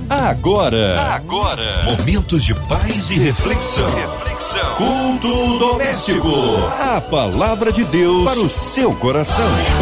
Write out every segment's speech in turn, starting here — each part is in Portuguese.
Agora, momentos de paz e reflexão. Culto doméstico. A palavra de Deus para o seu coração.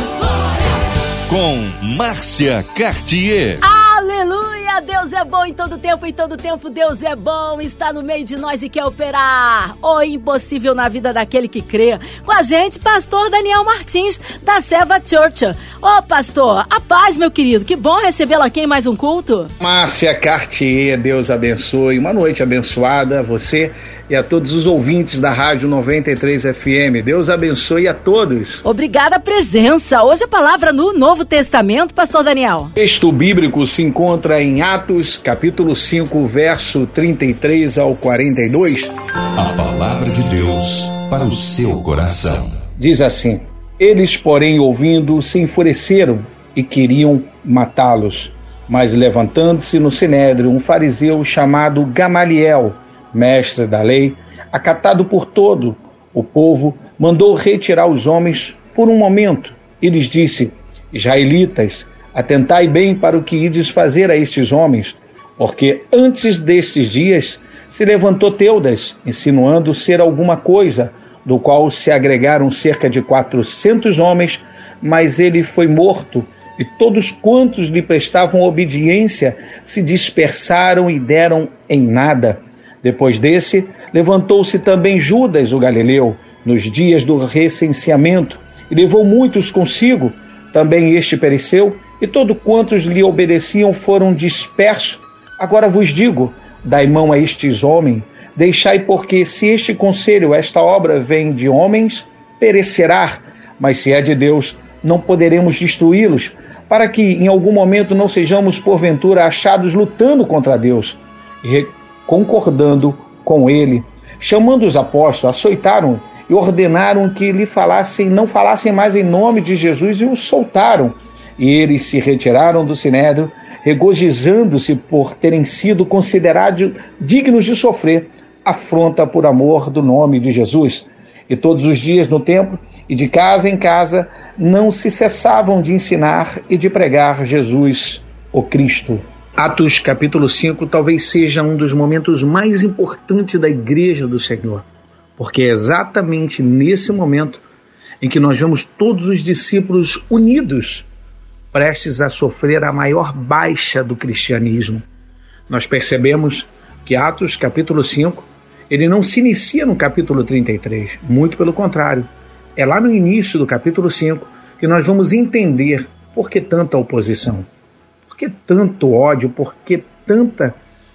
Com Márcia Cartier. Aleluia! Deus é bom em todo tempo Deus é bom, está no meio de nós e quer operar o impossível na vida daquele que crê. Com a gente, pastor Daniel Martins, da Seva Church. Ô pastor, a paz, meu querido, que bom recebê-lo aqui em mais um culto. Márcia Cartier, Deus abençoe, uma noite abençoada a você e a todos os ouvintes da Rádio 93 FM. Deus abençoe a todos. Obrigada a presença. Hoje a palavra no Novo Testamento, pastor Daniel. O texto bíblico se encontra em Atos, capítulo 5, verso 33 ao 42. A palavra de Deus para o seu coração. Diz assim: eles, porém, ouvindo, se enfureceram e queriam matá-los. Mas levantando-se no sinédrio um fariseu chamado Gamaliel, mestre da lei, acatado por todo o povo, mandou retirar os homens por um momento e lhes disse: Israelitas, atentai bem para o que ides fazer a estes homens, porque antes destes dias se levantou Teudas, insinuando ser alguma coisa, do qual se agregaram cerca de 400 homens, mas ele foi morto, e todos quantos lhe prestavam obediência se dispersaram e deram em nada. Depois desse, levantou-se também Judas, o Galileu, nos dias do recenseamento, e levou muitos consigo. Também este pereceu, e todos quantos lhe obedeciam foram dispersos. Agora vos digo, dai mão a estes homens, deixai, porque se este conselho, esta obra vem de homens, perecerá, mas se é de Deus, não poderemos destruí-los, para que em algum momento não sejamos porventura achados lutando contra Deus. E concordando com ele, chamando os apóstolos, açoitaram e ordenaram que lhe não falassem mais em nome de Jesus, e o soltaram. E eles se retiraram do sinédrio, regozijando-se por terem sido considerados dignos de sofrer afronta por amor do nome de Jesus. E todos os dias no templo e de casa em casa não se cessavam de ensinar e de pregar Jesus, o Cristo. Atos capítulo 5 talvez seja um dos momentos mais importantes da Igreja do Senhor, porque é exatamente nesse momento em que nós vemos todos os discípulos unidos, prestes a sofrer a maior baixa do cristianismo. Nós percebemos que Atos capítulo 5, ele não se inicia no capítulo 33, muito pelo contrário. É lá no início do capítulo 5 que nós vamos entender por que tanta oposição, por que tanto ódio, por que tanta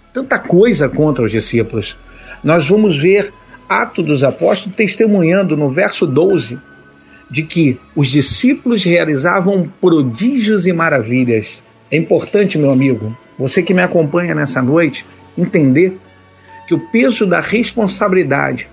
coisa contra os discípulos. Nós vamos ver Atos dos Apóstolos testemunhando no verso 12 de que os discípulos realizavam prodígios e maravilhas. É importante, meu amigo, você que me acompanha nessa noite, entender que o peso da responsabilidade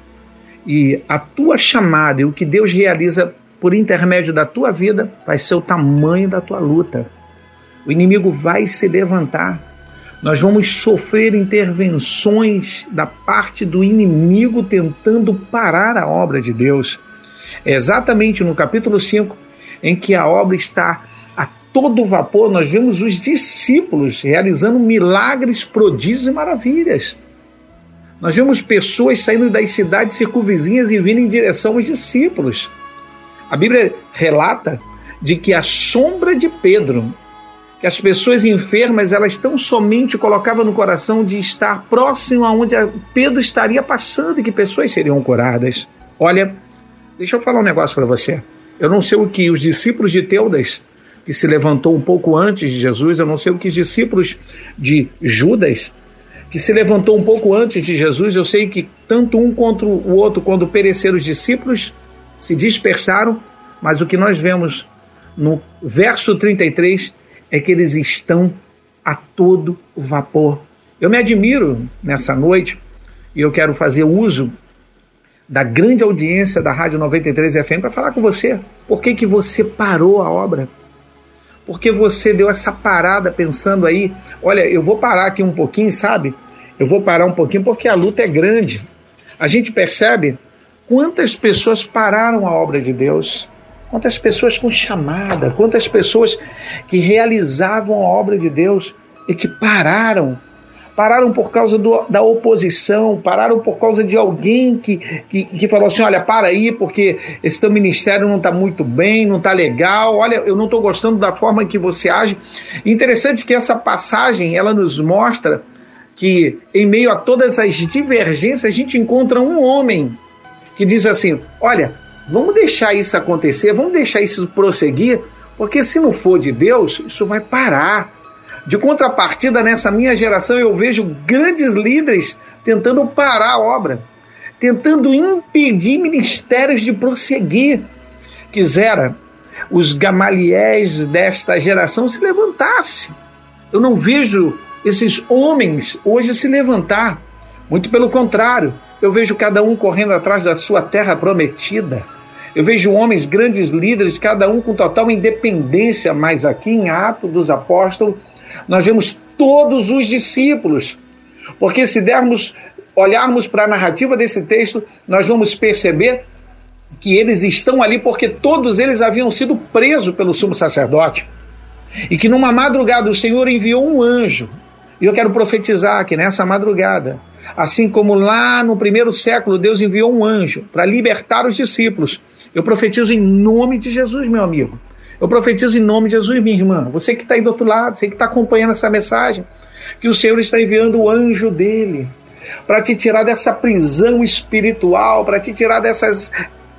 e a tua chamada e o que Deus realiza por intermédio da tua vida vai ser o tamanho da tua luta. O inimigo vai se levantar. Nós vamos sofrer intervenções da parte do inimigo tentando parar a obra de Deus. É exatamente no capítulo 5 em que a obra está a todo vapor. Nós vemos os discípulos realizando milagres, prodígios e maravilhas. Nós vemos pessoas saindo das cidades circunvizinhas e vindo em direção aos discípulos. A Bíblia relata de que a sombra de Pedro, que as pessoas enfermas, elas tão somente colocavam no coração de estar próximo aonde Pedro estaria passando e que pessoas seriam curadas. Olha, deixa eu falar um negócio para você. Eu não sei o que os discípulos de Teudas, que se levantou um pouco antes de Jesus, eu não sei o que os discípulos de Judas, que se levantou um pouco antes de Jesus, eu sei que tanto um quanto o outro, quando pereceram os discípulos, se dispersaram, mas o que nós vemos no verso 33 é que eles estão a todo vapor. Eu me admiro nessa noite, e eu quero fazer uso da grande audiência da Rádio 93 FM para falar com você. Por que você parou a obra? Por que você deu essa parada pensando aí, olha, eu vou parar aqui um pouquinho, sabe? Eu vou parar um pouquinho porque a luta é grande. A gente percebe quantas pessoas pararam a obra de Deus, quantas pessoas com chamada, quantas pessoas que realizavam a obra de Deus e que pararam pararam por causa da oposição, pararam por causa de alguém que falou assim, olha, para aí, porque esse teu ministério não está muito bem, não está legal, olha, eu não estou gostando da forma que você age. Interessante que essa passagem, ela nos mostra que em meio a todas as divergências, a gente encontra um homem que diz assim, olha, vamos deixar isso acontecer, vamos deixar isso prosseguir, porque se não for de Deus, isso vai parar. De contrapartida, nessa minha geração, eu vejo grandes líderes tentando parar a obra, tentando impedir ministérios de prosseguir. Quisera os Gamaliéis desta geração se levantassem. Eu não vejo esses homens hoje se levantar. Muito pelo contrário, eu vejo cada um correndo atrás da sua terra prometida. Eu vejo homens, grandes líderes, cada um com total independência, mas aqui em Atos dos Apóstolos, nós vemos todos os discípulos, porque se olharmos para a narrativa desse texto, nós vamos perceber que eles estão ali porque todos eles haviam sido presos pelo sumo sacerdote, e que numa madrugada o Senhor enviou um anjo, e eu quero profetizar que nessa madrugada, assim como lá no primeiro século Deus enviou um anjo para libertar os discípulos, eu profetizo em nome de Jesus, meu amigo. Eu profetizo em nome de Jesus, minha irmã, você que está aí do outro lado, você que está acompanhando essa mensagem, que o Senhor está enviando o anjo dele para te tirar dessa prisão espiritual, para te tirar dessas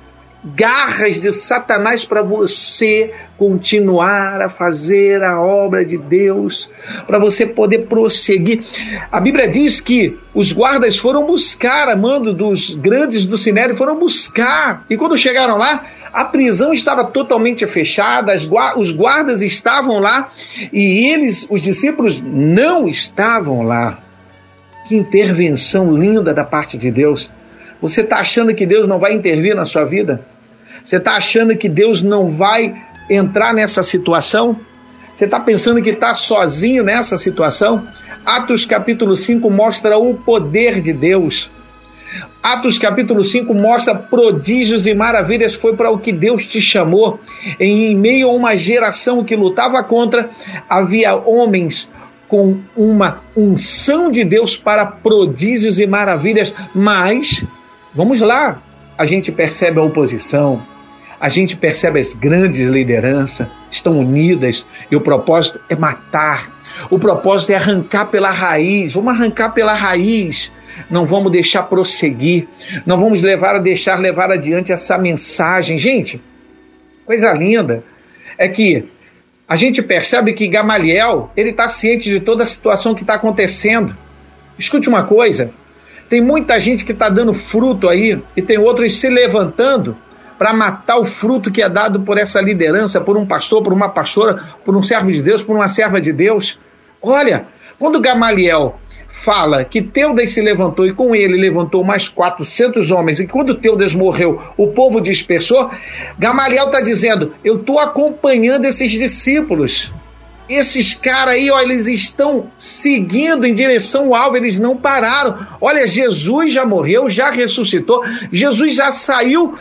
garras de Satanás, para você continuar a fazer a obra de Deus, para você poder prosseguir. A Bíblia diz que os guardas foram buscar, a mando dos grandes do Sinédrio, foram buscar, e quando chegaram lá, a prisão estava totalmente fechada, os guardas estavam lá, e eles, os discípulos, não estavam lá. Que intervenção linda da parte de Deus. Você está achando que Deus não vai intervir na sua vida? Você está achando que Deus não vai entrar nessa situação? Você está pensando que está sozinho nessa situação? Atos capítulo 5 mostra o poder de Deus. Atos capítulo 5 mostra prodígios e maravilhas, foi para o que Deus te chamou. Em meio a uma geração que lutava contra, havia homens com uma unção de Deus para prodígios e maravilhas, mas, vamos lá, a gente percebe a oposição, a gente percebe as grandes lideranças, estão unidas, e o propósito é matar, o propósito é arrancar pela raiz, vamos arrancar pela raiz, não vamos deixar prosseguir, não vamos deixar levar adiante essa mensagem. Gente, coisa linda é que a gente percebe que Gamaliel, ele está ciente de toda a situação que está acontecendo. Escute uma coisa, tem muita gente que está dando fruto aí, e tem outros se levantando para matar o fruto que é dado por essa liderança, por um pastor, por uma pastora, por um servo de Deus, por uma serva de Deus. Olha, quando Gamaliel fala que Teudas se levantou e com ele levantou mais 400 homens, e quando Teudas morreu, o povo dispersou, Gamaliel está dizendo, eu estou acompanhando esses discípulos, esses caras aí, ó, eles estão seguindo em direção ao alvo, eles não pararam. Olha, Jesus já morreu, já ressuscitou, Jesus já saiu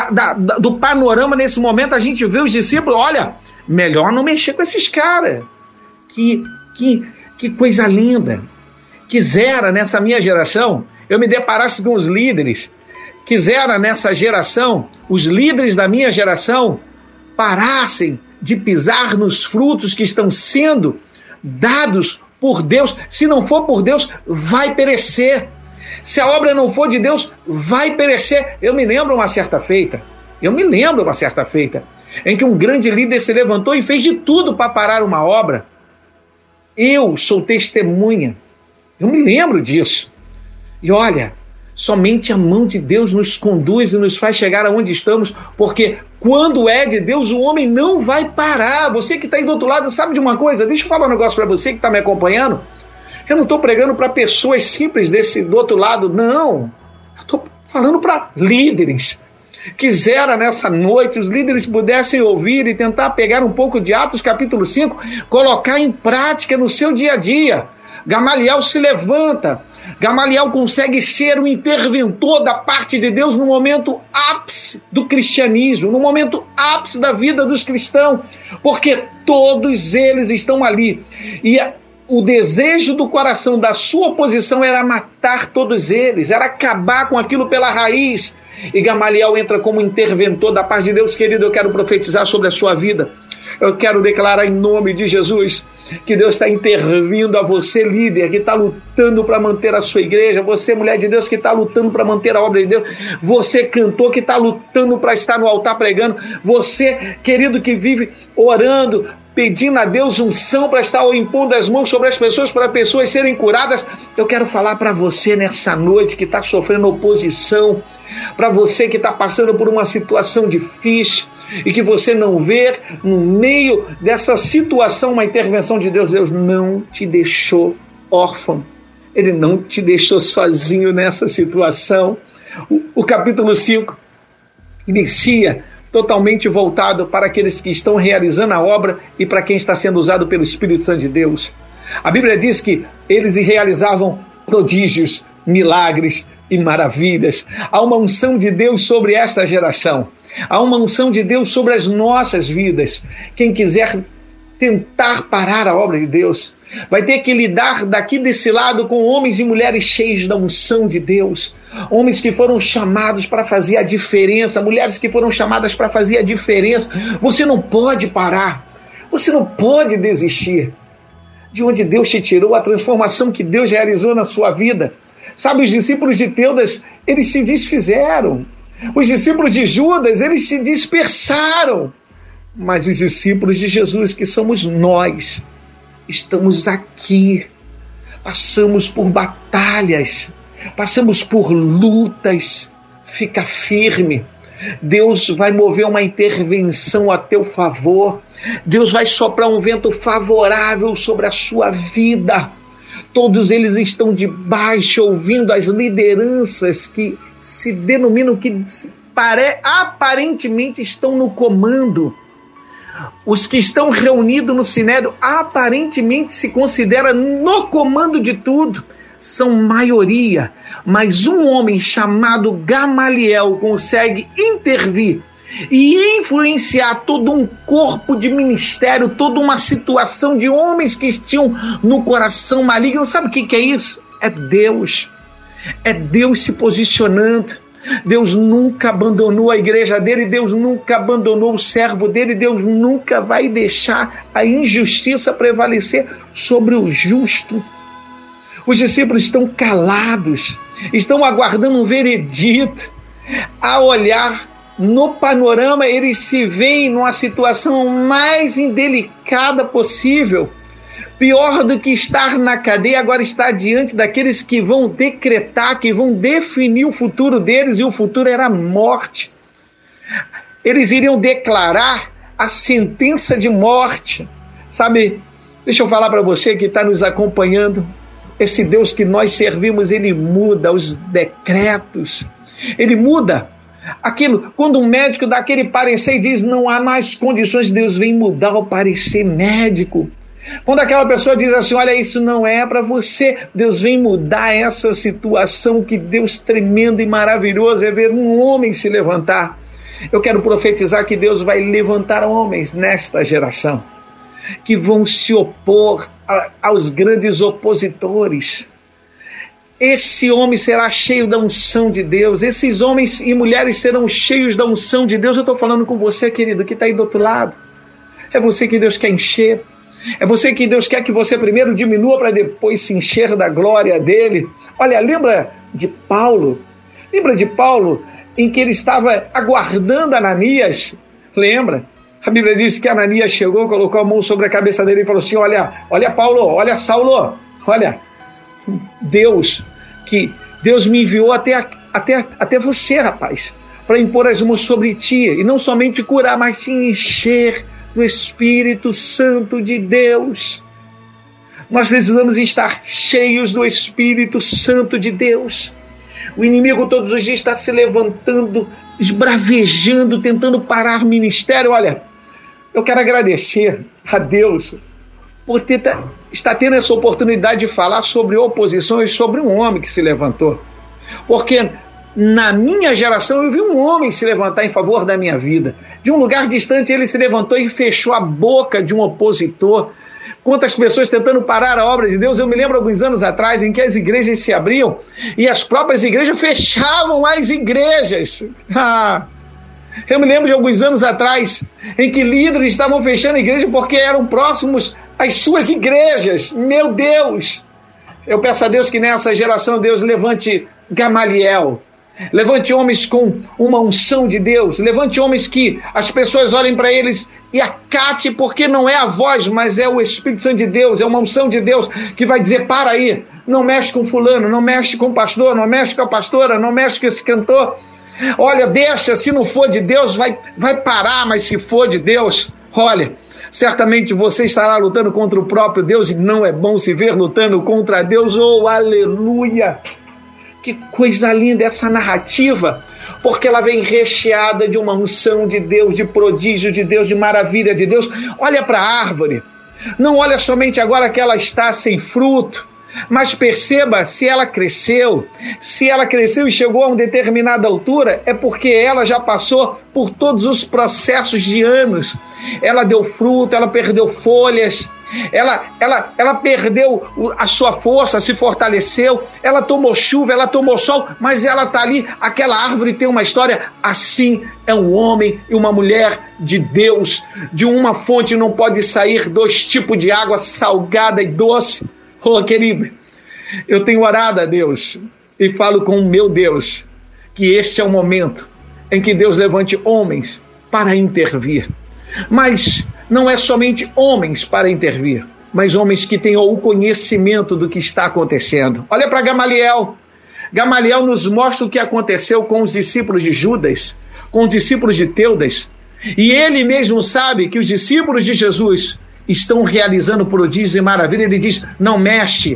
do panorama. Nesse momento a gente vê os discípulos, olha, melhor não mexer com esses caras. Que coisa linda. Quisera nessa minha geração eu me deparasse com os líderes, quisera nessa geração os líderes da minha geração parassem de pisar nos frutos que estão sendo dados por Deus. Se não for por Deus, vai perecer. Se a obra não for de Deus, vai perecer. Eu me lembro uma certa feita em que um grande líder se levantou e fez de tudo para parar uma obra. Eu sou testemunha. Eu me lembro disso. E olha, somente a mão de Deus nos conduz e nos faz chegar aonde estamos, porque quando é de Deus, o homem não vai parar. Você que está aí do outro lado, sabe de uma coisa? Deixa eu falar um negócio para você que está me acompanhando. Eu não estou pregando para pessoas simples do outro lado, não. Eu estou falando para líderes. Quisera nessa noite os líderes pudessem ouvir e tentar pegar um pouco de Atos capítulo 5, colocar em prática no seu dia a dia. Gamaliel se levanta. Gamaliel consegue ser um interventor da parte de Deus no momento ápice do cristianismo, no momento ápice da vida dos cristãos, porque todos eles estão ali. E o desejo do coração da sua oposição era matar todos eles, era acabar com aquilo pela raiz. E Gamaliel entra como interventor da parte de Deus. Querido, eu quero profetizar sobre a sua vida. Eu quero declarar em nome de Jesus que Deus está intervindo a você, líder, que está lutando para manter a sua igreja, você, mulher de Deus, que está lutando para manter a obra de Deus, você, cantor, que está lutando para estar no altar pregando, você, querido, que vive orando, pedindo a Deus unção para estar impondo as mãos sobre as pessoas, para pessoas serem curadas. Eu quero falar para você nessa noite que está sofrendo oposição, para você que está passando por uma situação difícil e que você não vê no meio dessa situação uma intervenção de Deus. Deus não te deixou órfão, Ele não te deixou sozinho nessa situação. O capítulo 5 inicia totalmente voltado para aqueles que estão realizando a obra e para quem está sendo usado pelo Espírito Santo de Deus. A Bíblia diz que eles realizavam prodígios, milagres e maravilhas. Há uma unção de Deus sobre esta geração. Há uma unção de Deus sobre as nossas vidas. Quem quiser tentar parar a obra de Deus vai ter que lidar daqui desse lado com homens e mulheres cheios da unção de Deus. Homens que foram chamados para fazer a diferença, mulheres que foram chamadas para fazer a diferença. Você não pode parar, você não pode desistir de onde Deus te tirou, a transformação que Deus realizou na sua vida. Sabe, os discípulos de Teudas, eles se desfizeram. Os discípulos de Judas, eles se dispersaram. Mas os discípulos de Jesus, que somos nós, estamos aqui. Passamos por batalhas, passamos por lutas. Fica firme. Deus vai mover uma intervenção a teu favor. Deus vai soprar um vento favorável sobre a sua vida. Todos eles estão debaixo, ouvindo as lideranças que se denominam, que aparentemente estão no comando. Os que estão reunidos no Sinédrio aparentemente se consideram no comando de tudo. São maioria, mas um homem chamado Gamaliel consegue intervir e influenciar todo um corpo de ministério, toda uma situação de homens que tinham no coração maligno. Sabe o que é isso? É Deus. É Deus se posicionando. Deus nunca abandonou a igreja dele, Deus nunca abandonou o servo dele, Deus nunca vai deixar a injustiça prevalecer sobre o justo. Os discípulos estão calados, estão aguardando um veredito. A olhar no panorama, eles se veem numa situação mais indelicada possível. Pior do que estar na cadeia, agora está diante daqueles que vão decretar, que vão definir o futuro deles, e o futuro era a morte. Eles iriam declarar a sentença de morte. Sabe, deixa eu falar para você que está nos acompanhando, esse Deus que nós servimos, ele muda os decretos, ele muda aquilo. Quando um médico dá aquele parecer e diz não há mais condições, Deus vem mudar o parecer médico. Quando aquela pessoa diz assim, olha, isso não é para você, Deus vem mudar essa situação. Que Deus tremendo e maravilhoso é ver um homem se levantar. Eu quero profetizar que Deus vai levantar homens nesta geração que vão se opor aos grandes opositores. Esse homem será cheio da unção de Deus. Esses homens e mulheres serão cheios da unção de Deus. Eu estou falando com você, querido, que está aí do outro lado. É você que Deus quer encher. É você que Deus quer que você primeiro diminua para depois se encher da glória dele. Olha, lembra de Paulo? Lembra de Paulo em que ele estava aguardando Ananias? Lembra? A Bíblia diz que Ananias chegou, colocou a mão sobre a cabeça dele e falou assim, olha Paulo, olha Saulo, olha, Deus me enviou até você, rapaz, para impor as mãos sobre ti, e não somente curar, mas te encher do Espírito Santo de Deus. Nós precisamos estar cheios do Espírito Santo de Deus. O inimigo todos os dias está se levantando, esbravejando, tentando parar o ministério. Olha, eu quero agradecer a Deus por estar tendo essa oportunidade de falar sobre oposição e sobre um homem que se levantou. Porque na minha geração eu vi um homem se levantar em favor da minha vida. De um lugar distante ele se levantou e fechou a boca de um opositor. Quantas pessoas tentando parar a obra de Deus. Eu me lembro alguns anos atrás em que as igrejas se abriam e as próprias igrejas fechavam as igrejas. Eu me lembro de alguns anos atrás em que líderes estavam fechando a igreja porque eram próximos às suas igrejas. Meu Deus! Eu peço a Deus que nessa geração Deus levante Gamaliel. Levante homens com uma unção de Deus. Levante homens que as pessoas olhem para eles e acate, porque não é a voz, mas é o Espírito Santo de Deus, é uma unção de Deus que vai dizer: para aí, não mexe com fulano, não mexe com o pastor, não mexe com a pastora, não mexe com esse cantor. Olha, deixa, se não for de Deus, vai parar, mas se for de Deus, olha, certamente você estará lutando contra o próprio Deus e não é bom se ver lutando contra Deus. Oh, aleluia! Que coisa linda essa narrativa, porque ela vem recheada de uma unção de Deus, de prodígio de Deus, de maravilha de Deus. Olha para a árvore, não olha somente agora que ela está sem fruto, mas perceba se ela cresceu e chegou a uma determinada altura, é porque ela já passou por todos os processos de anos. Ela deu fruto, ela perdeu folhas, ela perdeu a sua força, se fortaleceu, ela tomou chuva, ela tomou sol, mas ela está ali. Aquela árvore tem uma história. Assim é um homem e uma mulher de Deus. De uma fonte não pode sair dois tipos de água, salgada e doce. Oh, querido, eu tenho orado a Deus e falo com o meu Deus que este é o momento em que Deus levante homens para intervir. Mas não é somente homens para intervir, mas homens que tenham o conhecimento do que está acontecendo. Olha para Gamaliel. Gamaliel nos mostra o que aconteceu com os discípulos de Judas, com os discípulos de Teudas. E ele mesmo sabe que os discípulos de Jesus estão realizando prodígios e maravilha. Ele diz: não mexe,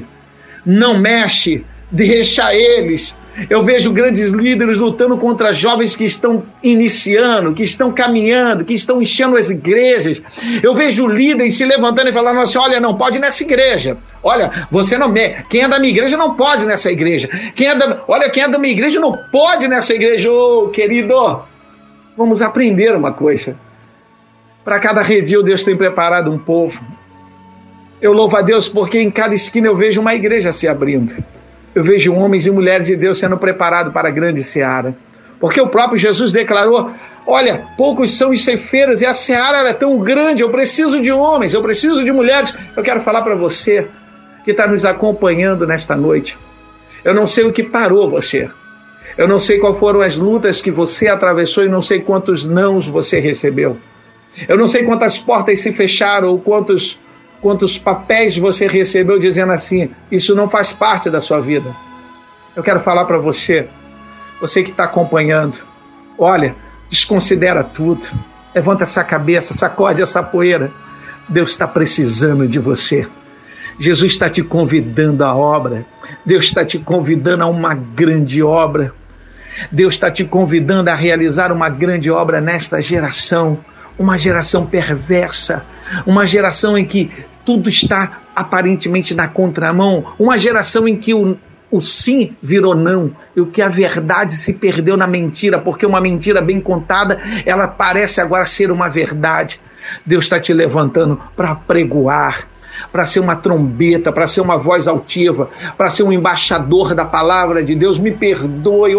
deixa eles. Eu vejo grandes líderes lutando contra jovens que estão iniciando, que estão caminhando, que estão enchendo as igrejas. Eu vejo líderes se levantando e falando assim: olha, não pode ir nessa igreja. Olha, você não... Quem é da minha igreja não pode ir nessa igreja. Quem é da minha igreja não pode ir nessa igreja. Ô, querido, vamos aprender uma coisa. Para cada redil Deus tem preparado um povo. Eu louvo a Deus porque em cada esquina eu vejo uma igreja se abrindo. Eu vejo homens e mulheres de Deus sendo preparados para a grande seara. Porque o próprio Jesus declarou: olha, poucos são os ceifeiros e a seara é tão grande, eu preciso de homens, eu preciso de mulheres. Eu quero falar para você que está nos acompanhando nesta noite. Eu não sei o que parou você. Eu não sei quais foram as lutas que você atravessou e não sei quantos nãos você recebeu. Eu não sei quantas portas se fecharam ou quantos papéis você recebeu dizendo assim: isso não faz parte da sua vida. Eu quero falar para você que está acompanhando, olha, desconsidera tudo, levanta essa cabeça, sacode essa poeira. Deus está precisando de você. Jesus está te convidando à obra. Deus está te convidando a uma grande obra. Deus está te convidando a realizar uma grande obra nesta geração. Uma geração perversa, uma geração em que tudo está aparentemente na contramão, uma geração em que o sim virou não, e o que a verdade se perdeu na mentira, porque uma mentira bem contada, ela parece agora ser uma verdade. Deus está te levantando para pregoar, para ser uma trombeta, para ser uma voz altiva, para ser um embaixador da palavra de Deus. Me perdoe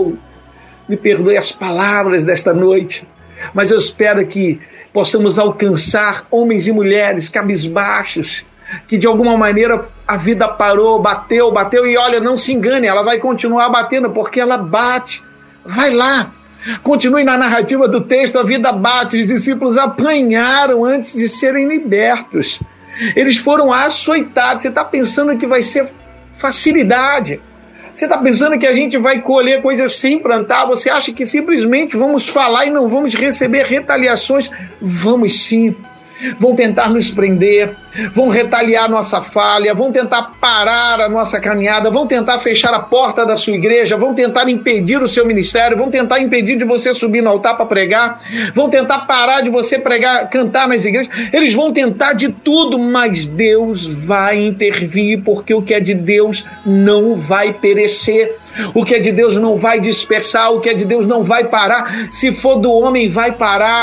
as palavras desta noite, mas eu espero que possamos alcançar homens e mulheres cabisbaixos, que de alguma maneira a vida parou, bateu, e olha, não se engane, ela vai continuar batendo, porque ela bate. Vai lá, continue na narrativa do texto, a vida bate. Os discípulos apanharam antes de serem libertos. Eles foram açoitados. Você está pensando que vai ser facilidade? Você está pensando que a gente vai colher coisas sem plantar? Você acha que simplesmente vamos falar e não vamos receber retaliações? Vamos sim. Vão tentar nos prender, vão retaliar nossa falha, vão tentar parar a nossa caminhada, vão tentar fechar a porta da sua igreja, vão tentar impedir o seu ministério, vão tentar impedir de você subir no altar para pregar, vão tentar parar de você pregar, cantar nas igrejas. Eles vão tentar de tudo, mas Deus vai intervir, porque o que é de Deus não vai perecer. O que é de Deus não vai dispersar, o que é de Deus não vai parar. Se for do homem, vai parar.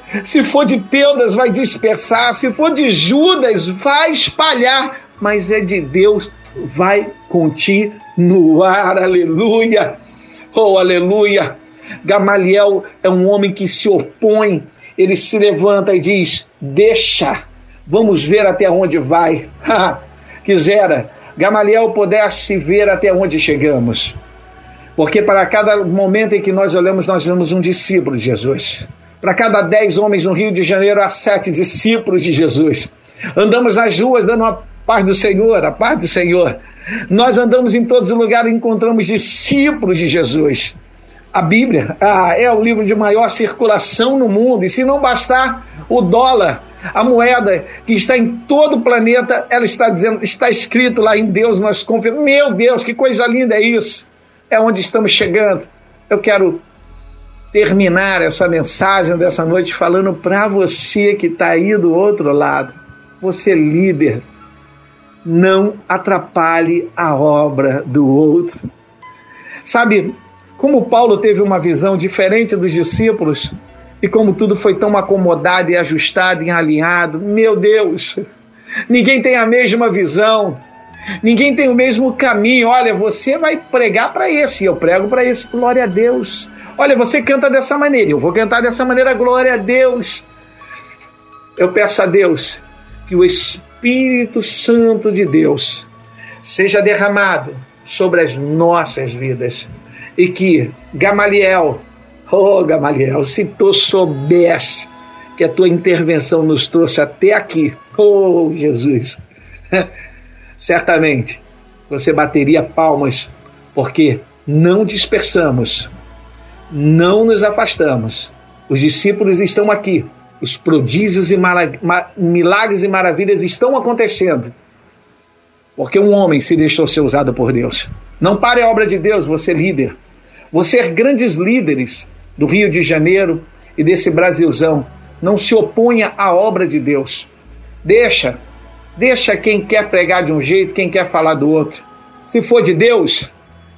Se for de Teudas, vai dispersar. Se for de Judas, vai espalhar. Mas é de Deus, vai continuar. Aleluia! Oh, aleluia! Gamaliel é um homem que se opõe. Ele se levanta e diz: deixa, vamos ver até onde vai. Quisera Gamaliel pudesse ver até onde chegamos. Porque para cada momento em que nós vemos um discípulo de Jesus. Para cada 10 homens no Rio de Janeiro, há 7 discípulos de Jesus. Andamos nas ruas dando a paz do Senhor, a paz do Senhor. Nós andamos em todos os lugares e encontramos discípulos de Jesus. A Bíblia é o livro de maior circulação no mundo. E se não bastar, o dólar, a moeda que está em todo o planeta, ela está escrito lá em Deus, nós confiamos. Meu Deus, que coisa linda é isso! É onde estamos chegando. Eu quero terminar essa mensagem dessa noite falando para você que está aí do outro lado. Você líder, não atrapalhe a obra do outro. Sabe, como Paulo teve uma visão diferente dos discípulos e como tudo foi tão acomodado e ajustado e alinhado. Meu Deus, ninguém tem a mesma visão. Ninguém tem o mesmo caminho. Olha, você vai pregar para esse, eu prego para esse, glória a Deus. Olha, você canta dessa maneira, eu vou cantar dessa maneira, glória a Deus. Eu peço a Deus que o Espírito Santo de Deus seja derramado sobre as nossas vidas e que Gamaliel, se tu soubesse que a tua intervenção nos trouxe até aqui, Jesus, certamente você bateria palmas, porque não dispersamos, não nos afastamos. Os discípulos estão aqui, os prodígios e milagres e maravilhas estão acontecendo, porque um homem se deixou ser usado por Deus. Não pare a obra de Deus, você líder. Você grandes líderes do Rio de Janeiro e desse Brasilzão, não se oponha à obra de Deus. Deixa quem quer pregar de um jeito, quem quer falar do outro. Se for de Deus,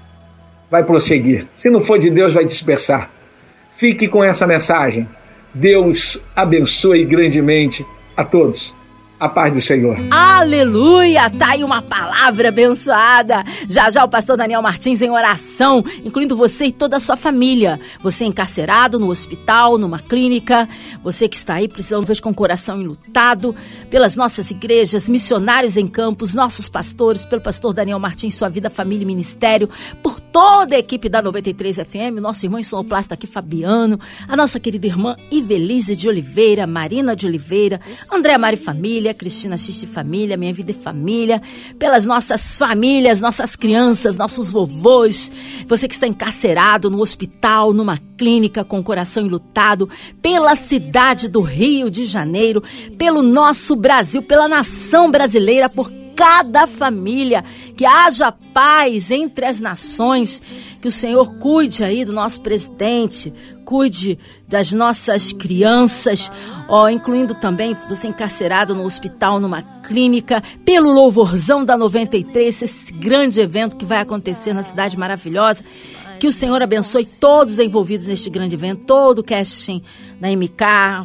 vai prosseguir. Se não for de Deus, vai dispersar. Fique com essa mensagem. Deus abençoe grandemente a todos. A paz do Senhor. Aleluia! Tá aí uma palavra abençoada. Já já o pastor Daniel Martins em oração, incluindo você e toda a sua família. Você encarcerado no hospital, numa clínica. Você que está aí precisando ver com o coração enlutado. Pelas nossas igrejas, missionários em campos, nossos pastores, pelo pastor Daniel Martins, sua vida, família e ministério. Por toda a equipe da 93 FM, nosso irmão sonoplasta aqui, Fabiano. A nossa querida irmã Ivelise de Oliveira, Marina de Oliveira, André Mari Família, Cristina Xixi Família, Minha Vida e Família, pelas nossas famílias, nossas crianças, nossos vovôs, você que está encarcerado no hospital, numa clínica com o coração enlutado, pela cidade do Rio de Janeiro, pelo nosso Brasil, pela nação brasileira, por cada família, que haja paz entre as nações, que o Senhor cuide aí do nosso presidente, cuide das nossas crianças, incluindo também você encarcerado no hospital, numa clínica, pelo louvorzão da 93, esse grande evento que vai acontecer na cidade maravilhosa. Que o Senhor abençoe todos os envolvidos neste grande evento, todo o casting da MK,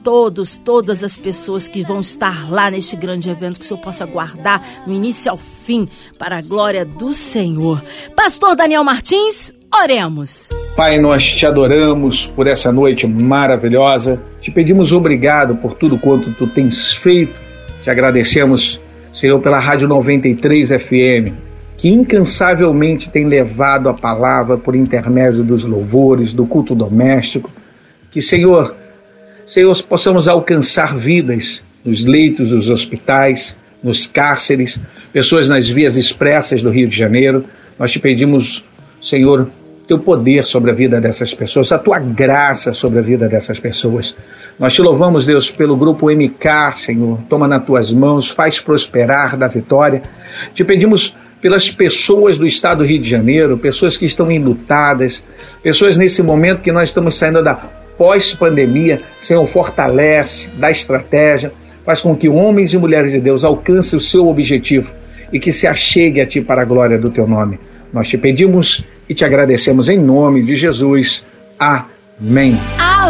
todas as pessoas que vão estar lá neste grande evento, que o Senhor possa guardar do início ao fim, para a glória do Senhor. Pastor Daniel Martins, oremos. Pai, nós te adoramos por essa noite maravilhosa, te pedimos obrigado por tudo quanto tu tens feito, te agradecemos, Senhor, pela Rádio 93 FM, que incansavelmente tem levado a palavra por intermédio dos louvores, do culto doméstico, que, Senhor, possamos alcançar vidas nos leitos dos hospitais, nos cárceres, pessoas nas vias expressas do Rio de Janeiro. Nós te pedimos, Senhor, teu poder sobre a vida dessas pessoas, a tua graça sobre a vida dessas pessoas. Nós te louvamos, Deus, pelo grupo MK, Senhor. Toma nas tuas mãos, faz prosperar da vitória. Te pedimos pelas pessoas do estado do Rio de Janeiro, pessoas que estão enlutadas, pessoas nesse momento que nós estamos saindo da pós-pandemia. Senhor, fortalece, dá estratégia, faz com que homens e mulheres de Deus alcancem o seu objetivo e que se achegue a Ti para a glória do Teu nome. Nós te pedimos e te agradecemos em nome de Jesus. Amém.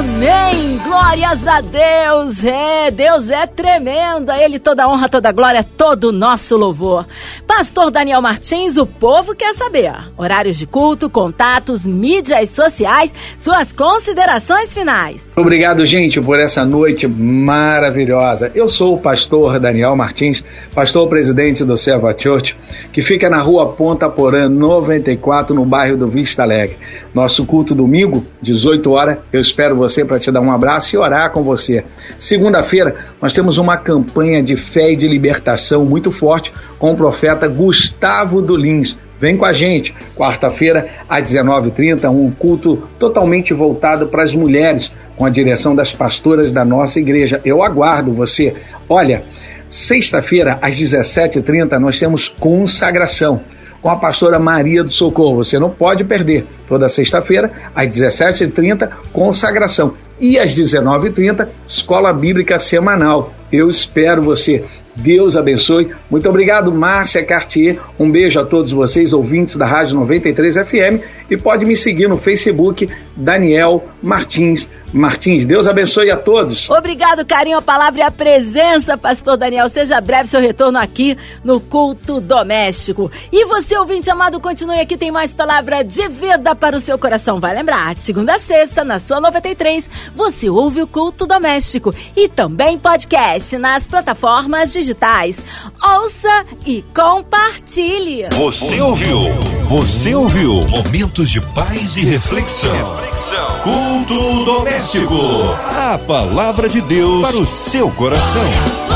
Amém! Glórias a Deus! Deus é tremendo! A Ele toda a honra, toda a glória, todo o nosso louvor. Pastor Daniel Martins, o povo quer saber. Horários de culto, contatos, mídias sociais, suas considerações finais. Obrigado, gente, por essa noite maravilhosa. Eu sou o pastor Daniel Martins, pastor presidente do Serva Church, que fica na rua Ponta Porã, 94, no bairro do Vista Alegre. Nosso culto domingo, 18 horas, eu espero você para te dar um abraço e orar com você. Segunda-feira, nós temos uma campanha de fé e de libertação muito forte com o profeta Gustavo Dulins. Vem com a gente, quarta-feira, às 19h30, um culto totalmente voltado para as mulheres, com a direção das pastoras da nossa igreja. Eu aguardo você. Olha, sexta-feira, às 17h30, nós temos consagração com a pastora Maria do Socorro. Você não pode perder. Toda sexta-feira, às 17h30, consagração. E às 19h30, escola bíblica semanal. Eu espero você. Deus abençoe. Muito obrigado, Márcia Cartier. Um beijo a todos vocês, ouvintes da Rádio 93 FM. E pode me seguir no Facebook, Daniel Martins. Deus abençoe a todos. Obrigado, carinho, a palavra e a presença, pastor Daniel. Seja breve seu retorno aqui no Culto Doméstico. E você, ouvinte amado, continue aqui, tem mais palavra de vida para o seu coração. Vai lembrar, de segunda a sexta, na sua 93, você ouve o Culto Doméstico. E também podcast nas plataformas digitais. Ouça e compartilhe. Você ouviu momentos de paz e reflexão. Culto Doméstico. A palavra de Deus para o seu coração.